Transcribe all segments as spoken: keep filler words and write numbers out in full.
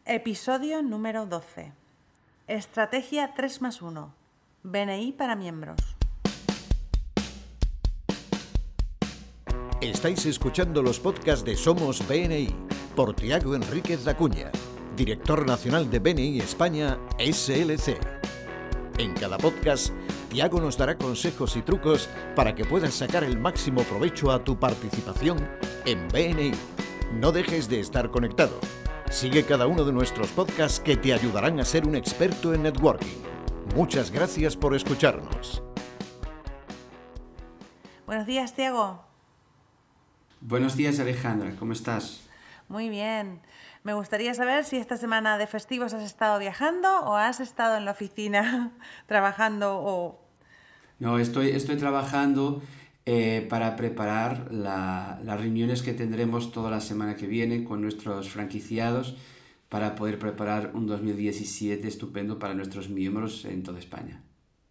Episodio número doce. Estrategia tres más uno. B N I para miembros. Estáis escuchando los podcasts de Somos B N I por Tiago Enríquez Acuña, director nacional de B N I España S L C. En cada podcast, Tiago nos dará consejos y trucos para que puedas sacar el máximo provecho a tu participación en B N I. No dejes de estar conectado. Sigue cada uno de nuestros podcasts que te ayudarán a ser un experto en networking. Muchas gracias por escucharnos. Buenos días, Tiago. Buenos días, Alejandra. ¿Cómo estás? Muy bien. Me gustaría saber si esta semana de festivos has estado viajando o has estado en la oficina trabajando o... No, estoy, estoy trabajando eh, para preparar la, las reuniones que tendremos toda la semana que viene con nuestros franquiciados para poder preparar un dos mil diecisiete estupendo para nuestros miembros en toda España.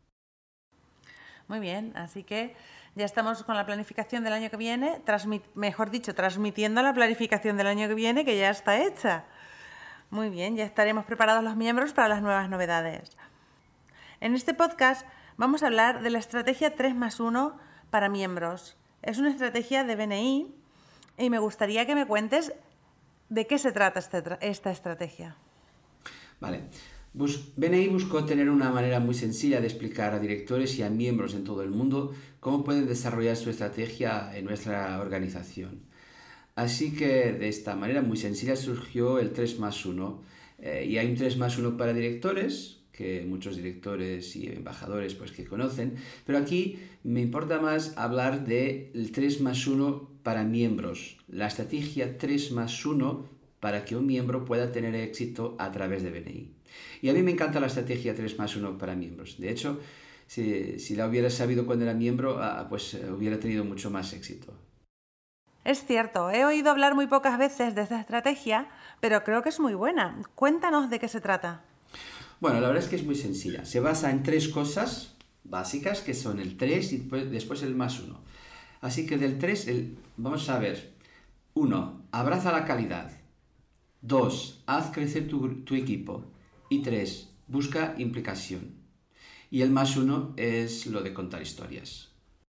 Muy bien, así que ya estamos con la planificación del año que viene, transmit, mejor dicho, transmitiendo la planificación del año que viene, que ya está hecha. Muy bien, ya estaremos preparados los miembros para las nuevas novedades. En este podcast vamos a hablar de la estrategia tres más uno para miembros. Es una estrategia de B N I y me gustaría que me cuentes de qué se trata esta, esta estrategia. Vale. Bus- B N I buscó tener una manera muy sencilla de explicar a directores y a miembros en todo el mundo cómo pueden desarrollar su estrategia en nuestra organización. Así que de esta manera muy sencilla surgió el tres más uno. Eh, y hay un tres más uno para directores, que muchos directores y embajadores pues que conocen, pero aquí me importa más hablar del tres más uno para miembros, la estrategia tres más uno para que un miembro pueda tener éxito a través de B N I. Y a mí me encanta la estrategia tres más uno para miembros. De hecho, si, si la hubiera sabido cuando era miembro, pues hubiera tenido mucho más éxito. Es cierto, he oído hablar muy pocas veces de esta estrategia, pero creo que es muy buena. Cuéntanos de qué se trata. Bueno, la verdad es que es muy sencilla. Se basa en tres cosas básicas, que son el tres y después, después el más uno. Así que del tres, el, vamos a ver. uno. Abraza la calidad. dos. Haz crecer tu, tu equipo. Y tres. Busca implicación. Y el más uno es lo de contar historias.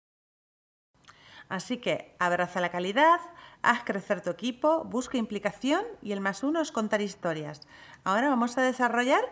Así que abraza la calidad, haz crecer tu equipo, busca implicación y el más uno es contar historias. Ahora vamos a desarrollar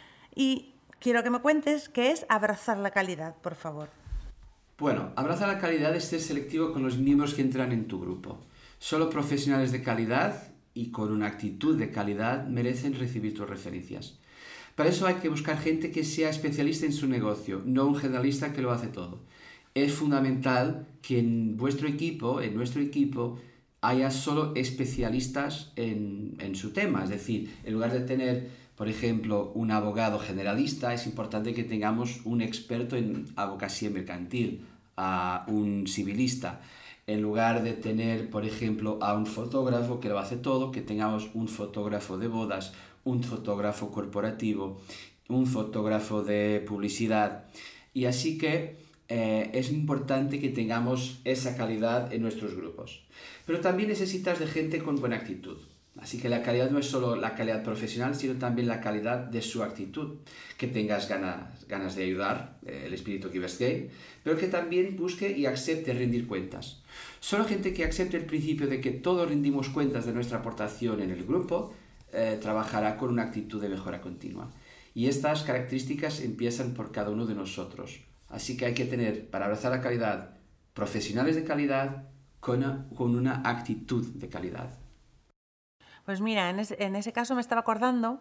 y quiero que me cuentes qué es abrazar la calidad, por favor. Bueno, abrazar la calidad es ser selectivo con los miembros que entran en tu grupo. Solo profesionales de calidad y con una actitud de calidad merecen recibir tus referencias. Para eso hay que buscar gente que sea especialista en su negocio, no un generalista que lo hace todo. Es fundamental que en vuestro equipo, en nuestro equipo, haya solo especialistas en, en su tema. Es decir, en lugar de tener, por ejemplo, un abogado generalista, es importante que tengamos un experto en abogacía mercantil, a un civilista. En lugar de tener, por ejemplo, a un fotógrafo que lo hace todo, que tengamos un fotógrafo de bodas, un fotógrafo corporativo, un fotógrafo de publicidad. Y así que Eh, es importante que tengamos esa calidad en nuestros grupos. Pero también necesitas de gente con buena actitud. Así que la calidad no es solo la calidad profesional, sino también la calidad de su actitud. Que tengas ganas, ganas de ayudar, eh, el espíritu Givers Gain, pero que también busque y acepte rendir cuentas. Solo gente que acepte el principio de que todos rendimos cuentas de nuestra aportación en el grupo, eh, trabajará con una actitud de mejora continua. Y estas características empiezan por cada uno de nosotros. Así que hay que tener, para abrazar la calidad, profesionales de calidad con una, con una actitud de calidad. Pues mira, en, es, en ese caso me estaba acordando,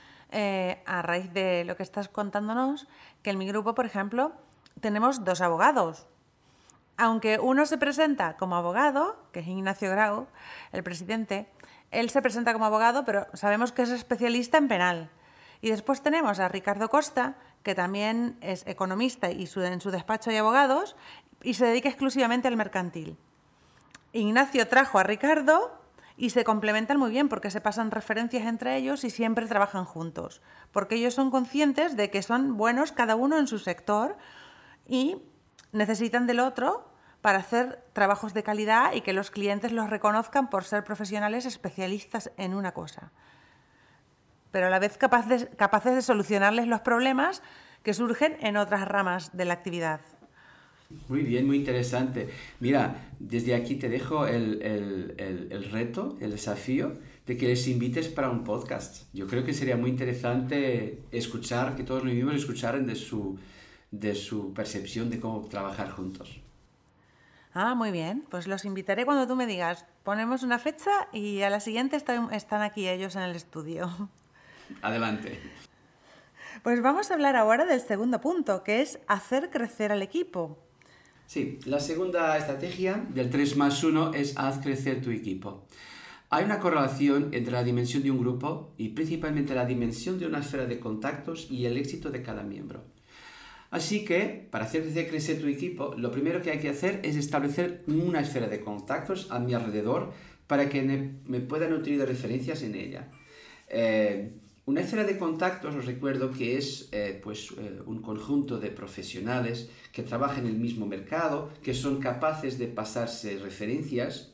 eh, a raíz de lo que estás contándonos, que en mi grupo, por ejemplo, tenemos dos abogados. Aunque uno se presenta como abogado, que es Ignacio Grau, el presidente, él se presenta como abogado, pero sabemos que es especialista en penal. Y después tenemos a Ricardo Costa, que también es economista y su, en su despacho hay abogados, y se dedica exclusivamente al mercantil. Ignacio trajo a Ricardo y se complementan muy bien porque se pasan referencias entre ellos y siempre trabajan juntos, porque ellos son conscientes de que son buenos cada uno en su sector y necesitan del otro para hacer trabajos de calidad y que los clientes los reconozcan por ser profesionales especialistas en una cosa. pero a la vez capaces, capaces de solucionarles los problemas que surgen en otras ramas de la actividad. Muy bien, muy interesante. Mira, desde aquí te dejo el, el, el, el reto, el desafío de que les invites para un podcast. Yo creo que sería muy interesante escuchar, que todos los miembros escucharan de su, de su percepción de cómo trabajar juntos. Ah, muy bien. Pues los invitaré cuando tú me digas. Ponemos una fecha y a la siguiente están, están aquí ellos en el estudio. Adelante. Pues vamos a hablar ahora del segundo punto, que es hacer crecer al equipo. Sí, la segunda estrategia del tres más uno es haz crecer tu equipo. Hay una correlación entre la dimensión de un grupo y principalmente la dimensión de una esfera de contactos y el éxito de cada miembro. Así que, para hacer crecer tu equipo, lo primero que hay que hacer es establecer una esfera de contactos a mi alrededor para que me, me pueda nutrir de referencias en ella. Eh, una esfera de contactos, os recuerdo que es eh, pues, eh, un conjunto de profesionales que trabajan en el mismo mercado, que son capaces de pasarse referencias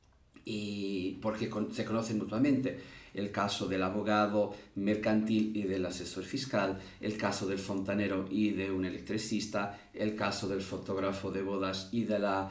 y porque con, se conocen mutuamente. El caso del abogado mercantil y del asesor fiscal, el caso del fontanero y de un electricista, el caso del fotógrafo de bodas y de la,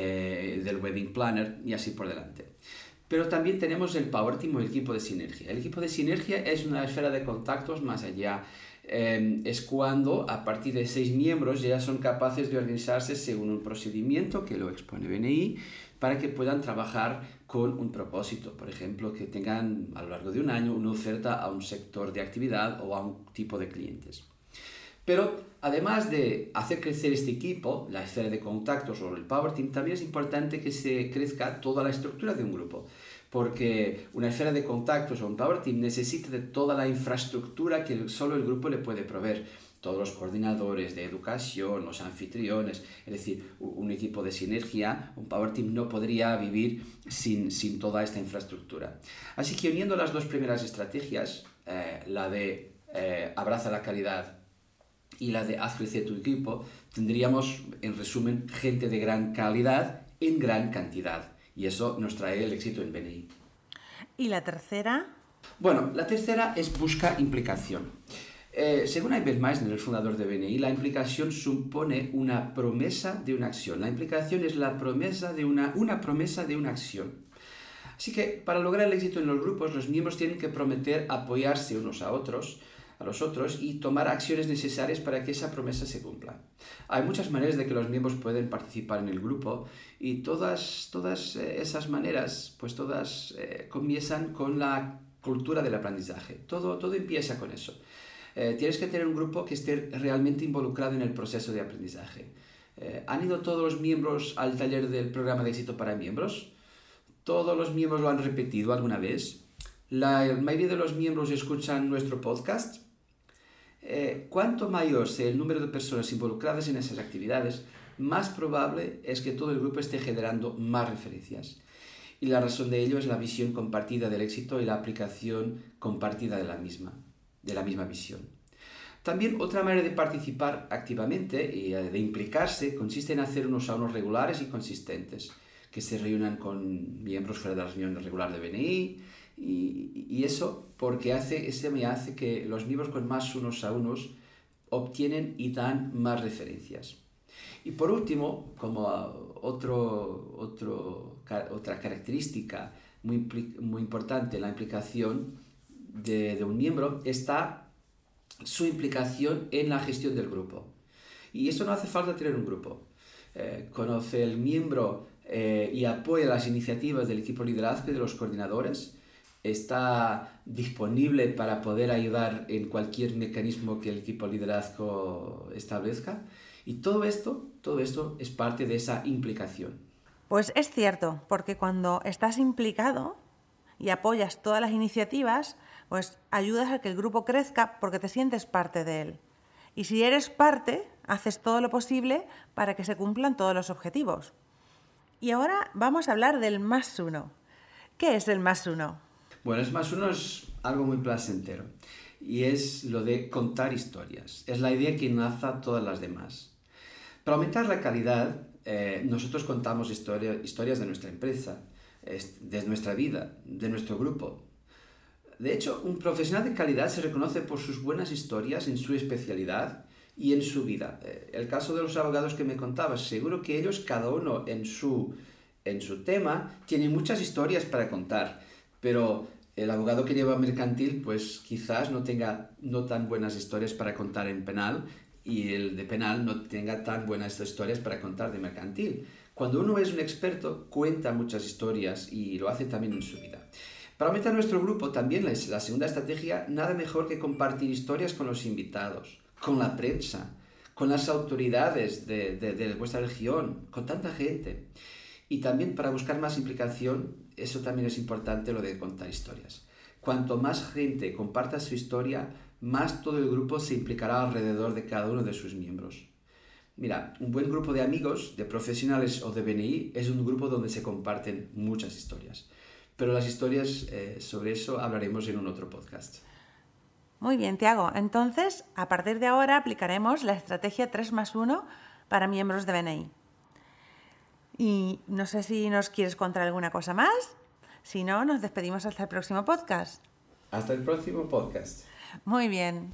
eh, del wedding planner y así por delante. Pero también tenemos el Power Team o el equipo de sinergia. El equipo de sinergia es una esfera de contactos más allá. Eh, es cuando a partir de seis miembros ya son capaces de organizarse según un procedimiento que lo expone B N I para que puedan trabajar con un propósito, por ejemplo, que tengan a lo largo de un año una oferta a un sector de actividad o a un tipo de clientes. Pero además de hacer crecer este equipo, la esfera de contactos o el Power Team, también es importante que se crezca toda la estructura de un grupo, porque una esfera de contactos o un Power Team necesita de toda la infraestructura que solo el grupo le puede proveer. Todos los coordinadores de educación, los anfitriones, es decir, un equipo de sinergia, un Power Team no podría vivir sin, sin toda esta infraestructura. Así que uniendo las dos primeras estrategias, eh, la de eh, abraza la calidad y la de haz crecer tu equipo, tendríamos, en resumen, gente de gran calidad en gran cantidad. Y eso nos trae el éxito en B N I. ¿Y la tercera? Bueno, la tercera es busca implicación. Eh, según Albert Meissner, el fundador de B N I, la implicación supone una promesa de una acción. La implicación es la promesa de una, una promesa de una acción. Así que para lograr el éxito en los grupos, los miembros tienen que prometer apoyarse unos a otros, a los otros y tomar acciones necesarias para que esa promesa se cumpla. Hay muchas maneras de que los miembros pueden participar en el grupo y todas, todas eh, esas maneras, pues todas eh, comienzan con la cultura del aprendizaje. Todo, todo empieza con eso. Eh, tienes que tener un grupo que esté realmente involucrado en el proceso de aprendizaje. Eh, ¿Han ido todos los miembros al taller del programa de éxito para miembros? ¿Todos los miembros lo han repetido alguna vez? ¿La mayoría de los miembros escuchan nuestro podcast? Eh, cuanto mayor sea el número de personas involucradas en esas actividades, más probable es que todo el grupo esté generando más referencias. Y la razón de ello es la visión compartida del éxito y la aplicación compartida de la misma. de la misma visión. También otra manera de participar activamente y de implicarse consiste en hacer unos saunos regulares y consistentes que se reúnan con miembros fuera de la reunión regular de B N I y, y eso porque hace, ese me hace que los miembros con más unos a unos obtienen y dan más referencias. Y por último, como otro, otro, otra característica muy, muy importante en la implicación De, de un miembro está su implicación en la gestión del grupo. Y eso no hace falta tener un grupo. Eh, conoce el miembro eh, y apoya las iniciativas del equipo de liderazgo y de los coordinadores. Está disponible para poder ayudar en cualquier mecanismo que el equipo de liderazgo establezca. Y todo esto, todo esto es parte de esa implicación. Pues es cierto, porque cuando estás implicado y apoyas todas las iniciativas, pues ayudas a que el grupo crezca porque te sientes parte de él. Y si eres parte, haces todo lo posible para que se cumplan todos los objetivos. Y ahora vamos a hablar del más uno. ¿Qué es el más uno? Bueno, el más uno es algo muy placentero y es lo de contar historias. Es la idea que enlaza todas las demás. Para aumentar la calidad, eh, nosotros contamos historia, historias de nuestra empresa, de nuestra vida, de nuestro grupo. De hecho, un profesional de calidad se reconoce por sus buenas historias en su especialidad y en su vida. El caso de los abogados que me contabas, seguro que ellos, cada uno en su, en su tema, tienen muchas historias para contar, pero el abogado que lleva mercantil, pues quizás no tenga no tan buenas historias para contar en penal, y el de penal no tenga tan buenas historias para contar de mercantil. Cuando uno es un experto, cuenta muchas historias y lo hace también en su vida. Para aumentar nuestro grupo, también es la segunda estrategia, nada mejor que compartir historias con los invitados, con la prensa, con las autoridades de, de, de vuestra región, con tanta gente. Y también para buscar más implicación, eso también es importante, lo de contar historias. Cuanto más gente comparta su historia, más todo el grupo se implicará alrededor de cada uno de sus miembros. Mira, un buen grupo de amigos, de profesionales o de B N I es un grupo donde se comparten muchas historias. Pero las historias, eh, sobre eso hablaremos en un otro podcast. Muy bien, Tiago. Entonces, a partir de ahora aplicaremos la estrategia tres más uno para miembros de B N I. Y no sé si nos quieres contar alguna cosa más. Si no, nos despedimos hasta el próximo podcast. Hasta el próximo podcast. Muy bien.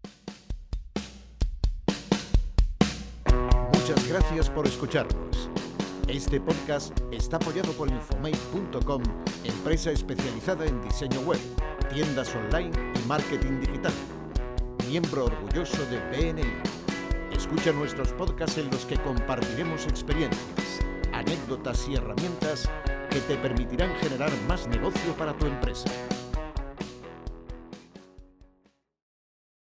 Muchas gracias por escucharnos. Este podcast está apoyado por Infomate punto com, empresa especializada en diseño web, tiendas online y marketing digital. Miembro orgulloso de B N I. Escucha nuestros podcasts en los que compartiremos experiencias, anécdotas y herramientas que te permitirán generar más negocio para tu empresa.